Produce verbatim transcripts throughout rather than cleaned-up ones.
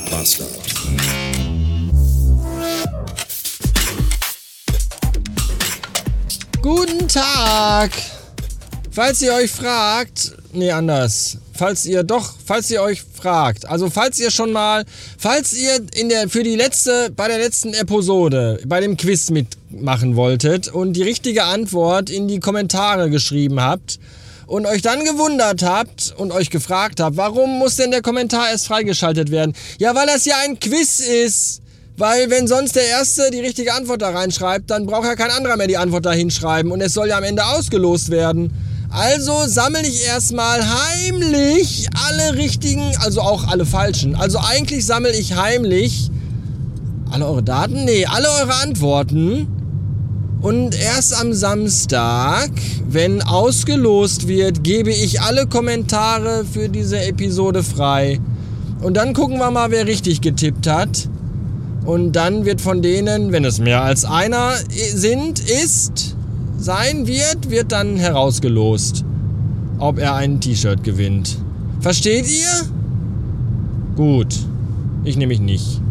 Bastard. Guten Tag! Falls ihr euch fragt, nee, anders. Falls ihr doch, falls ihr euch fragt, also falls ihr schon mal, falls ihr in der, für die letzte, bei der letzten Episode, bei dem Quiz mitmachen wolltet und die richtige Antwort in die Kommentare geschrieben habt und euch dann gewundert habt und euch gefragt habt, warum muss denn der Kommentar erst freigeschaltet werden? Ja, weil das ja ein Quiz ist. Weil wenn sonst der Erste die richtige Antwort da reinschreibt, dann braucht ja kein anderer mehr die Antwort da hinschreiben und es soll ja am Ende ausgelost werden. Also sammle ich erstmal heimlich alle richtigen, also auch alle falschen. Also eigentlich sammle ich heimlich alle eure Daten, nee, alle eure Antworten. Und erst am Samstag, wenn ausgelost wird, gebe ich alle Kommentare für diese Episode frei. Und dann gucken wir mal, wer richtig getippt hat. Und dann wird von denen, wenn es mehr als einer sind, ist, sein wird, wird dann herausgelost, ob er ein T-Shirt gewinnt. Versteht ihr? Gut, ich nehme mich nicht.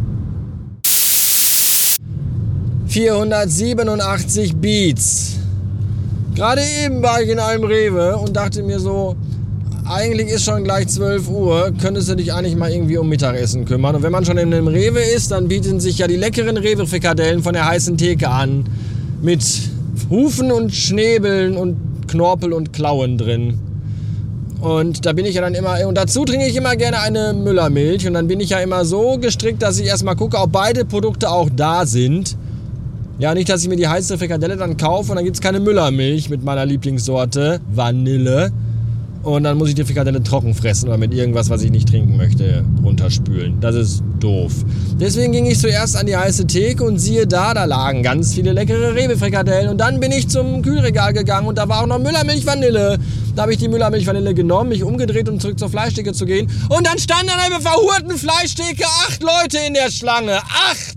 vierhundertsiebenundachtzig Beats. Gerade eben war ich in einem Rewe und dachte mir so, eigentlich ist schon gleich zwölf Uhr, könntest du dich eigentlich mal irgendwie um Mittagessen kümmern. Und wenn man schon in einem Rewe ist, dann bieten sich ja die leckeren Rewe-Frikadellen von der heißen Theke an. Mit Hufen und Schnäbeln und Knorpel und Klauen drin. Und da bin ich ja dann immer, und dazu trinke ich immer gerne eine Müllermilch. Und dann bin ich ja immer so gestrickt, dass ich erstmal gucke, ob beide Produkte auch da sind. Ja, nicht, dass ich mir die heiße Frikadelle dann kaufe und dann gibt es keine Müllermilch mit meiner Lieblingssorte, Vanille. Und dann muss ich die Frikadelle trocken fressen oder mit irgendwas, was ich nicht trinken möchte, runterspülen. Das ist doof. Deswegen ging ich zuerst an die heiße Theke und siehe da, da lagen ganz viele leckere Rewe-Frikadellen. Und dann bin ich zum Kühlregal gegangen und da war auch noch Müllermilch Vanille. Da habe ich die Müllermilch Vanille genommen, mich umgedreht, um zurück zur Fleischtheke zu gehen. Und dann standen an einer verhurten Fleischtheke acht Leute in der Schlange. Acht!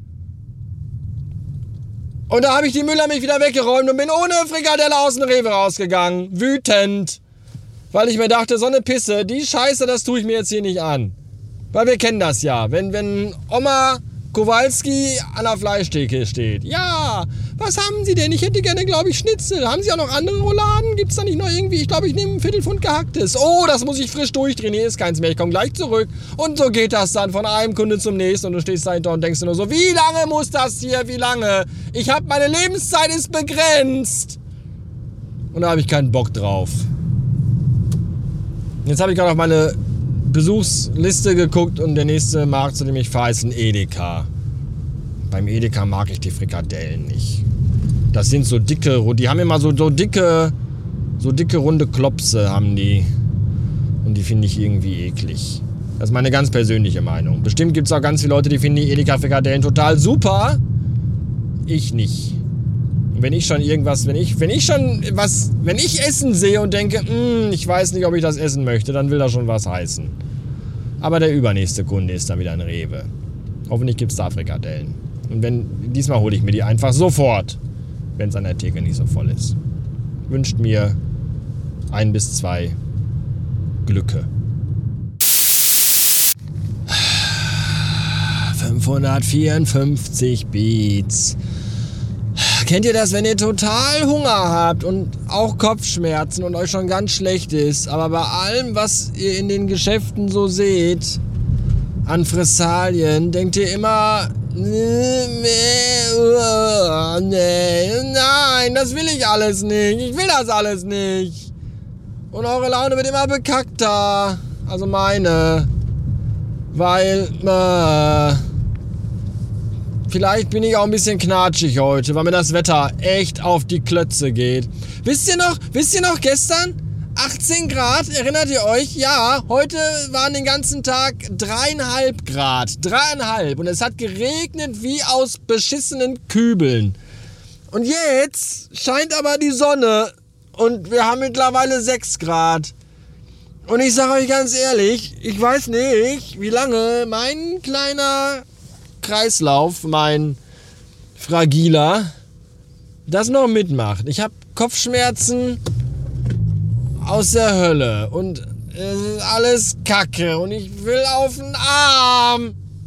Und da habe ich die Müllermilch wieder weggeräumt und bin ohne Frikadelle aus dem Rewe rausgegangen. Wütend. Weil ich mir dachte, so eine Pisse, die Scheiße, das tue ich mir jetzt hier nicht an. Weil wir kennen das ja. Wenn, wenn Oma Kowalski an der Fleischtheke steht. Ja, was haben Sie denn? Ich hätte gerne, glaube ich, Schnitzel. Haben Sie auch noch andere Rouladen? Gibt es da nicht noch irgendwie? Ich glaube, ich nehme ein Viertelpfund gehacktes. Oh, das muss ich frisch durchdrehen. Hier ist keins mehr. Ich komme gleich zurück. Und so geht das dann von einem Kunde zum nächsten. Und du stehst dahinter und denkst dir nur so, wie lange muss das hier? Wie lange? Ich habe, meine Lebenszeit ist begrenzt. Und da habe ich keinen Bock drauf. Jetzt habe ich gerade auf meine Besuchsliste geguckt und der nächste Markt, zu dem ich fahre, ist ein Edeka. Beim Edeka mag ich die Frikadellen nicht. Das sind so dicke, die haben immer so, so dicke, so dicke runde Klopse haben die. Und die finde ich irgendwie eklig. Das ist meine ganz persönliche Meinung. Bestimmt gibt es auch ganz viele Leute, die finden die Edeka-Frikadellen total super. Ich nicht. Wenn ich schon irgendwas, wenn ich, wenn ich schon was, wenn ich Essen sehe und denke, ich weiß nicht, ob ich das essen möchte, dann will das schon was heißen. Aber der übernächste Kunde ist dann wieder ein Rewe. Hoffentlich gibt es da Frikadellen. Und wenn, diesmal hole ich mir die einfach sofort, wenn es an der Theke nicht so voll ist. Wünscht mir ein bis zwei Glücke. fünfhundertvierundfünfzig Beats. Kennt ihr das, wenn ihr total Hunger habt und auch Kopfschmerzen und euch schon ganz schlecht ist, aber bei allem, was ihr in den Geschäften so seht, an Fressalien, denkt ihr immer, nee, nein, das will ich alles nicht, ich will das alles nicht. Und eure Laune wird immer bekackter, also meine, weil, äh, vielleicht bin ich auch ein bisschen knatschig heute, weil mir das Wetter echt auf die Klötze geht. Wisst ihr noch, wisst ihr noch gestern? achtzehn Grad, erinnert ihr euch? Ja, heute waren den ganzen Tag dreieinhalb Grad. Dreieinhalb. Und es hat geregnet wie aus beschissenen Kübeln. Und jetzt scheint aber die Sonne. Und wir haben mittlerweile sechs Grad. Und ich sage euch ganz ehrlich, ich weiß nicht, wie lange mein kleiner Kreislauf, mein fragiler, das noch mitmacht. Ich habe Kopfschmerzen aus der Hölle und es ist alles Kacke und ich will auf den Arm.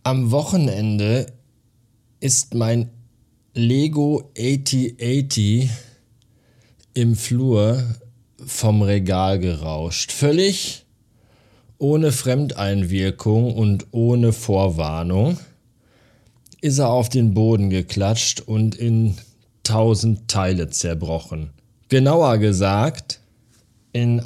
Am Wochenende ist mein Lego achtzig achtzig im Flur vom Regal gerauscht. Völlig ohne Fremdeinwirkung und ohne Vorwarnung ist er auf den Boden geklatscht und in tausend Teile zerbrochen. Genauer gesagt in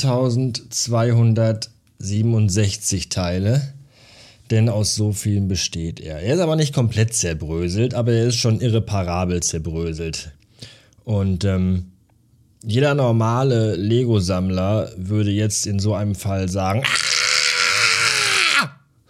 eintausendzweihundertsiebenundsechzig Teile, denn aus so vielen besteht er. Er ist aber nicht komplett zerbröselt, aber er ist schon irreparabel zerbröselt. Und ähm, jeder normale Lego-Sammler würde jetzt in so einem Fall sagen, Aah!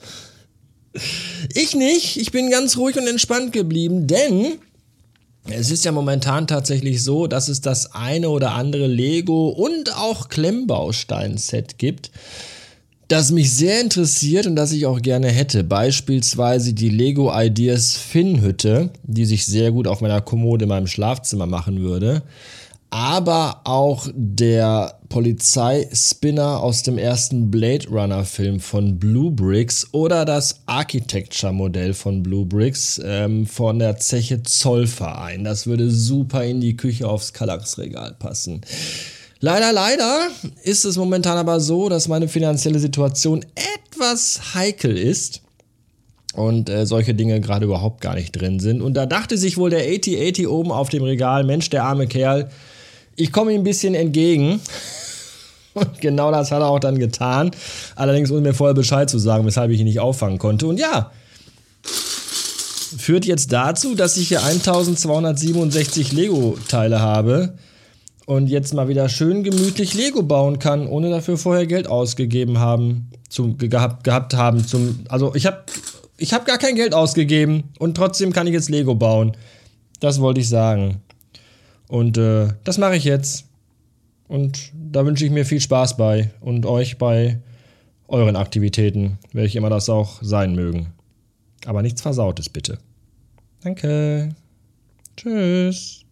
Ich nicht, ich bin ganz ruhig und entspannt geblieben, denn es ist ja momentan tatsächlich so, dass es das eine oder andere Lego- und auch Klemmbaustein-Set gibt, das mich sehr interessiert und das ich auch gerne hätte. Beispielsweise die Lego Ideas Finn-Hütte, die sich sehr gut auf meiner Kommode in meinem Schlafzimmer machen würde. Aber auch der Polizeispinner aus dem ersten Blade Runner Film von Blue Bricks oder das Architecture-Modell von Blue Bricks ähm, von der Zeche Zollverein. Das würde super in die Küche aufs Kallax-Regal passen. Leider, leider ist es momentan aber so, dass meine finanzielle Situation etwas heikel ist und äh, solche Dinge gerade überhaupt gar nicht drin sind. Und da dachte sich wohl der achtzig achtzig oben auf dem Regal, Mensch, der arme Kerl, ich komme ihm ein bisschen entgegen. Und genau das hat er auch dann getan. Allerdings ohne mir vorher Bescheid zu sagen, weshalb ich ihn nicht auffangen konnte. Und ja, führt jetzt dazu, dass ich hier eintausendzweihundertsiebenundsechzig Lego-Teile habe und jetzt mal wieder schön gemütlich Lego bauen kann, ohne dafür vorher Geld ausgegeben haben, zum, gehabt, gehabt haben. Zum, also ich habe ich hab gar kein Geld ausgegeben und trotzdem kann ich jetzt Lego bauen. Das wollte ich sagen. Und äh, das mache ich jetzt. Und da wünsche ich mir viel Spaß bei und euch bei euren Aktivitäten, welche immer das auch sein mögen. Aber nichts Versautes bitte. Danke. Tschüss.